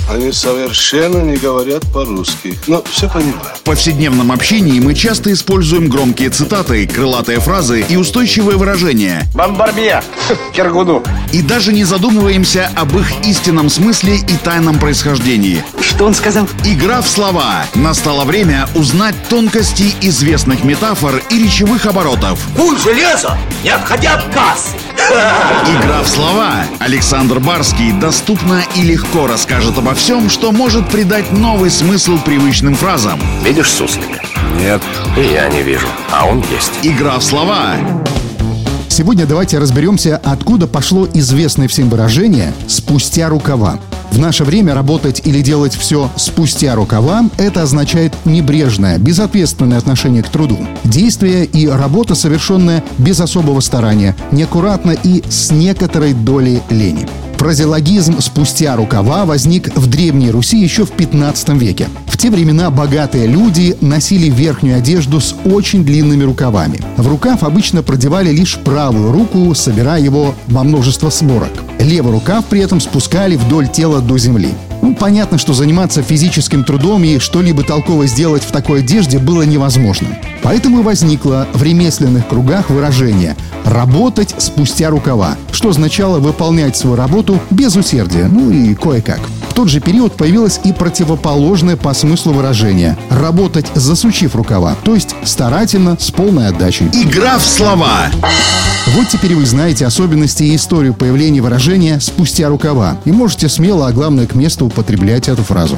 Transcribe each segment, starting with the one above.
Они совершенно не говорят по-русски, но все понимаю. В повседневном общении мы часто используем громкие цитаты, крылатые фразы и устойчивые выражения. Бомбарбье, Киргуду. И даже не задумываемся об их истинном смысле и тайном происхождении. Что он сказал? Игра в слова. Настало время узнать тонкости известных метафор и речевых оборотов. Куй железо, не отходя от кассы. Игра в слова. Александр Барский доступно и легко расскажет обо всем, что может придать новый смысл привычным фразам. Видишь суслика? Нет. И я не вижу, а он есть. Игра в слова. Сегодня давайте разберемся, откуда пошло известное всем выражение «спустя рукава». В наше время работать или делать все спустя рукава – это означает небрежное, безответственное отношение к труду. Действие и работа, совершенная без особого старания, неаккуратно и с некоторой долей лени. Фразеологизм «спустя рукава» возник в Древней Руси еще в 15 веке. В те времена богатые люди носили верхнюю одежду с очень длинными рукавами. В рукав обычно продевали лишь правую руку, собирая его во множество сборок. Левый рукав при этом спускали вдоль тела до земли. Понятно, что заниматься физическим трудом и что-либо толково сделать в такой одежде было невозможно. Поэтому и возникло в ремесленных кругах выражение «работать спустя рукава», что означало выполнять свою работу без усердия, и кое-как. В тот же период появилось и противоположное по смыслу выражение «работать засучив рукава», то есть старательно, с полной отдачей. Игра в слова. Вот теперь вы знаете особенности и историю появления выражения «спустя рукава» и можете смело, а главное к месту, употреблять эту фразу.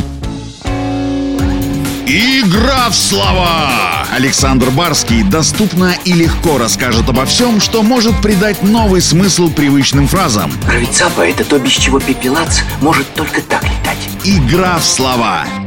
Игра в слова. Александр Барский доступно и легко расскажет обо всем, что может придать новый смысл привычным фразам. Правицапа — это то, без чего пепелац может только так летать. Игра в слова.